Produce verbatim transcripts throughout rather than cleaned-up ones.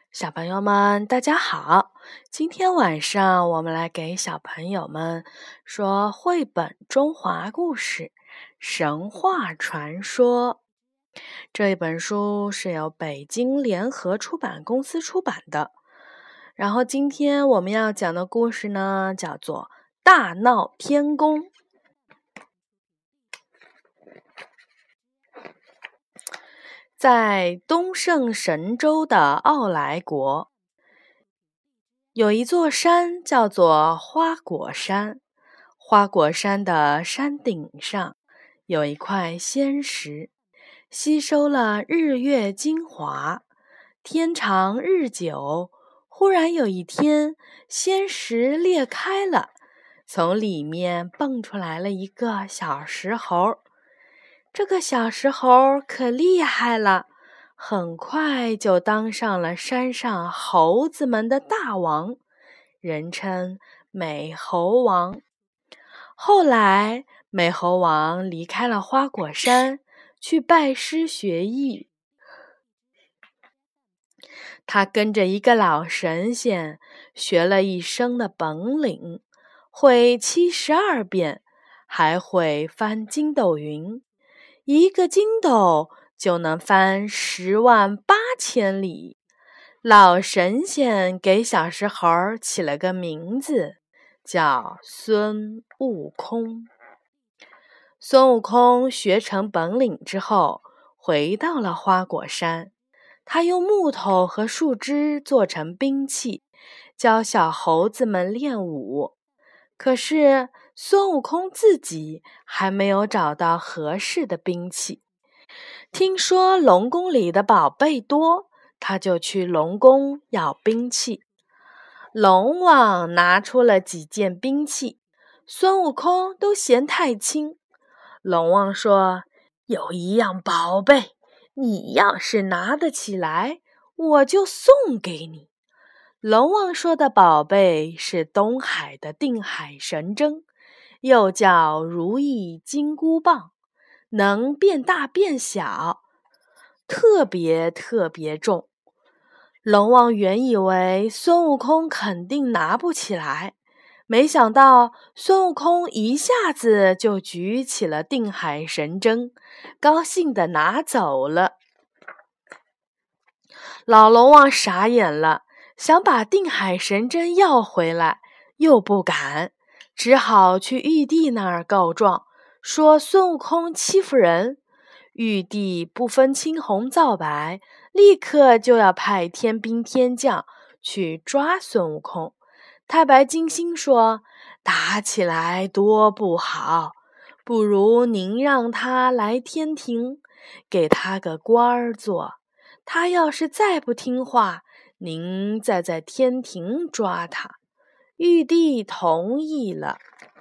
小朋友们，大家好！今天晚上我们来给小朋友们说绘本中华故事《神话传说》。这一本书是由北京联合出版公司出版的。然后今天我们要讲的故事呢，叫做《大闹天宫》。在东胜神州的傲来国，有一座山叫做花果山。花果山的山顶上有一块仙石，吸收了日月精华。天长日久，忽然有一天，仙石裂开了，从里面蹦出来了一个小石猴。这个小石猴可厉害了，很快就当上了山上猴子们的大王，人称美猴王。后来，美猴王离开了花果山，去拜师学艺。他跟着一个老神仙学了一生的本领，会七十二变，还会翻筋斗云。一个筋斗就能翻十万八千里。老神仙给小石猴起了个名字，叫孙悟空。孙悟空学成本领之后，回到了花果山。他用木头和树枝做成兵器，教小猴子们练武。可是孙悟空自己还没有找到合适的兵器。听说龙宫里的宝贝多，他就去龙宫要兵器。龙王拿出了几件兵器，孙悟空都嫌太轻。龙王说：“有一样宝贝，你要是拿得起来，我就送给你。”龙王说的宝贝是东海的定海神针，又叫如意金箍棒，能变大变小，特别特别重。龙王原以为孙悟空肯定拿不起来，没想到孙悟空一下子就举起了定海神针，高兴地拿走了。老龙王傻眼了，想把定海神针要回来，又不敢，只好去玉帝那儿告状，说孙悟空欺负人。玉帝不分青红皂白，立刻就要派天兵天将去抓孙悟空。太白金星说：“打起来多不好，不如您让他来天庭，给他个官儿做。他要是再不听话，您再在天庭抓他。”玉帝同意了。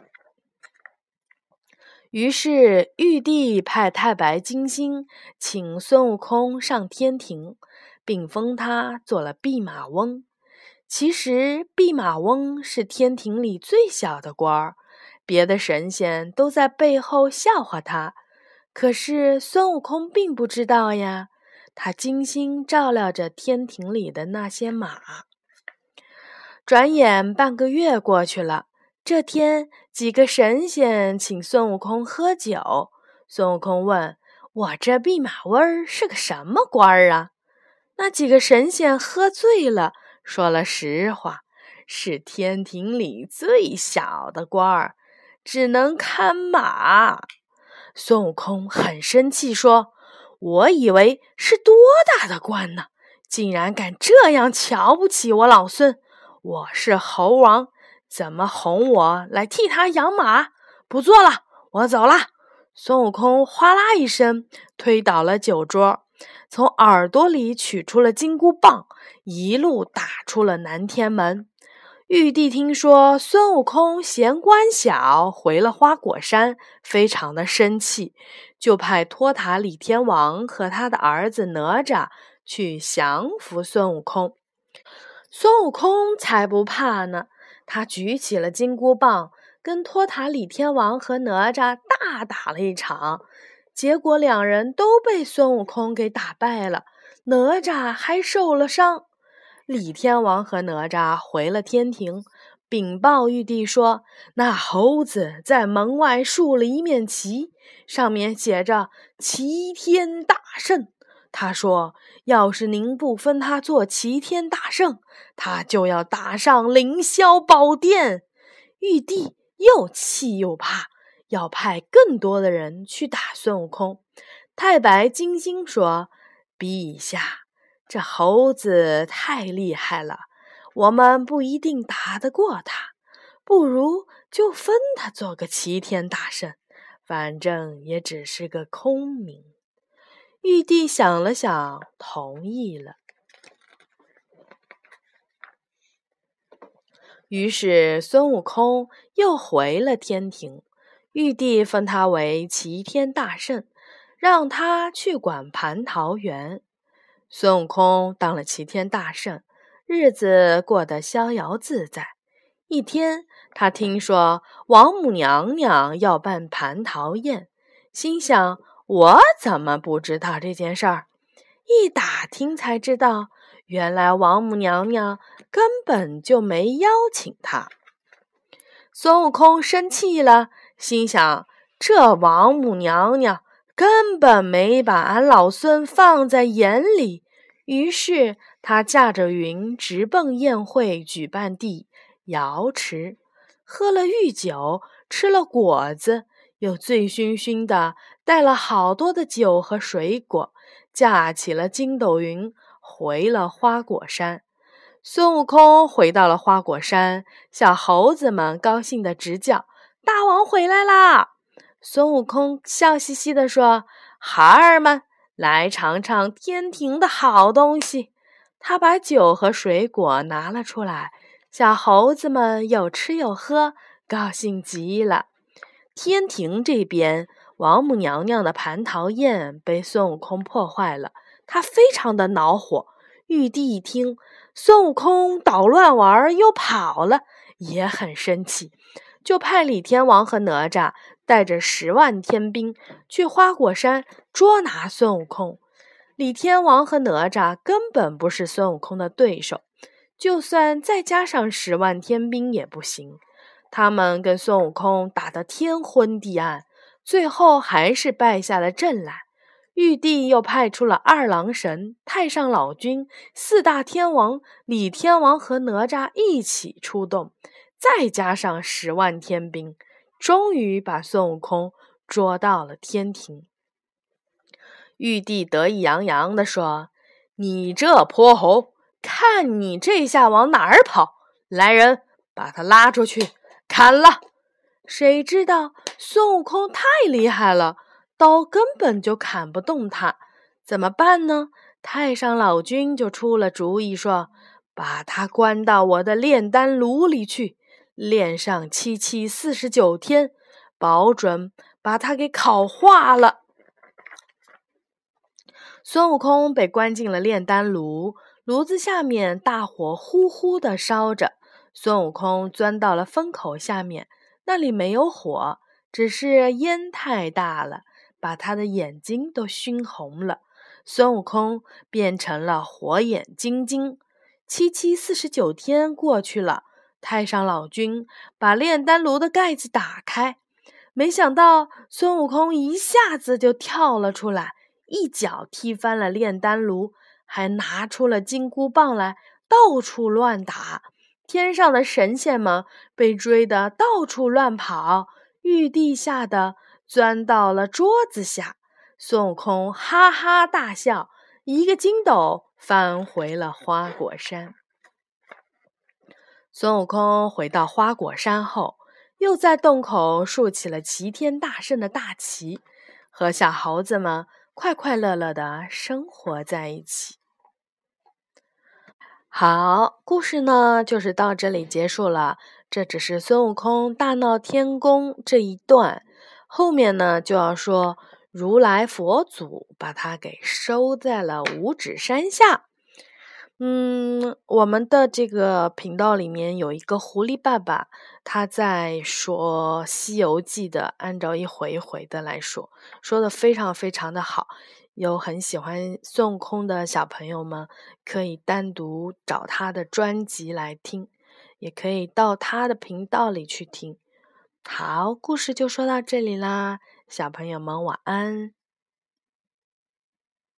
于是玉帝派太白金星请孙悟空上天庭，并封他做了弼马温。其实弼马温是天庭里最小的官儿，别的神仙都在背后笑话他。可是孙悟空并不知道呀，他精心照料着天庭里的那些马。转眼半个月过去了，这天几个神仙请孙悟空喝酒。孙悟空问：“我这弼马温是个什么官儿啊？”那几个神仙喝醉了，说了实话，是天庭里最小的官儿，只能看马。孙悟空很生气，说：“我以为是多大的官呢，竟然敢这样瞧不起我老孙！我是猴王，怎么哄我来替他养马？不做了，我走了。”孙悟空哗啦一声推倒了酒桌，从耳朵里取出了金箍棒，一路打出了南天门。玉帝听说孙悟空嫌官小，回了花果山，非常的生气，就派托塔李天王和他的儿子哪吒去降服孙悟空。孙悟空才不怕呢，他举起了金箍棒，跟托塔李天王和哪吒大打了一场。结果两人都被孙悟空给打败了，哪吒还受了伤。 李天王和哪吒回了天庭，禀报玉帝说，那猴子在门外竖了一面旗，上面写着齐天大圣。他说，要是您不分他做齐天大圣，他就要打上凌霄宝殿。玉帝又气又怕，要派更多的人去打孙悟空。太白金星说，陛下，这猴子太厉害了，我们不一定打得过他，不如就分他做个齐天大圣，反正也只是个空名。玉帝想了想，同意了。于是孙悟空又回了天庭，玉帝封他为齐天大圣，让他去管蟠桃园。孙悟空当了齐天大圣，日子过得逍遥自在。一天，他听说王母娘娘要办蟠桃宴，心想，我怎么不知道这件事儿？一打听才知道，原来王母娘娘根本就没邀请他。孙悟空生气了，心想，这王母娘娘根本没把俺老孙放在眼里。于是他驾着云直奔宴会举办地瑶池，喝了御酒，吃了果子，又醉醺醺的带了好多的酒和水果，驾起了筋斗云，回了花果山。孙悟空回到了花果山，小猴子们高兴地直叫，大王回来啦！孙悟空笑嘻嘻地说，孩儿们，来尝尝天庭的好东西。他把酒和水果拿了出来，小猴子们又吃又喝，高兴极了。天庭这边，王母娘娘的蟠桃宴被孙悟空破坏了，他非常的恼火。玉帝一听孙悟空捣乱玩又跑了，也很生气，就派李天王和哪吒带着十万天兵去花果山捉拿孙悟空。李天王和哪吒根本不是孙悟空的对手，就算再加上十万天兵也不行。他们跟孙悟空打得天昏地暗，最后还是败下了阵来。玉帝又派出了二郎神、太上老君、四大天王、李天王和哪吒一起出动，再加上十万天兵，终于把孙悟空捉到了天庭。玉帝得意洋洋地说，你这泼猴，看你这下往哪儿跑，来人，把他拉出去砍了。谁知道孙悟空太厉害了，刀根本就砍不动他，怎么办呢？太上老君就出了主意说，把他关到我的炼丹炉里去，炼上七七四十九天，保准把他给烤化了。孙悟空被关进了炼丹炉，炉子下面大火呼呼地烧着，孙悟空钻到了风口下面，那里没有火，只是烟太大了，把他的眼睛都熏红了。孙悟空变成了火眼金睛。七七四十九天过去了，太上老君把炼丹炉的盖子打开，没想到孙悟空一下子就跳了出来，一脚踢翻了炼丹炉，还拿出了金箍棒来到处乱打。天上的神仙们被追得到处乱跑，玉帝吓得钻到了桌子下。孙悟空哈哈大笑，一个筋斗翻回了花果山。孙悟空回到花果山后，又在洞口竖起了齐天大圣的大旗，和小猴子们快快乐乐地生活在一起。好，故事呢就是到这里结束了。这只是孙悟空大闹天宫这一段，后面呢就要说如来佛祖把他给收在了五指山下。嗯，我们的这个频道里面有一个狐狸爸爸，他在说《西游记》的，按照一回一回的来说，说的非常非常的好。 有很喜欢孙悟空的小朋友们，可以单独找他的专辑来听，也可以到他的频道里去听。好，故事就说到这里啦，小朋友们晚安。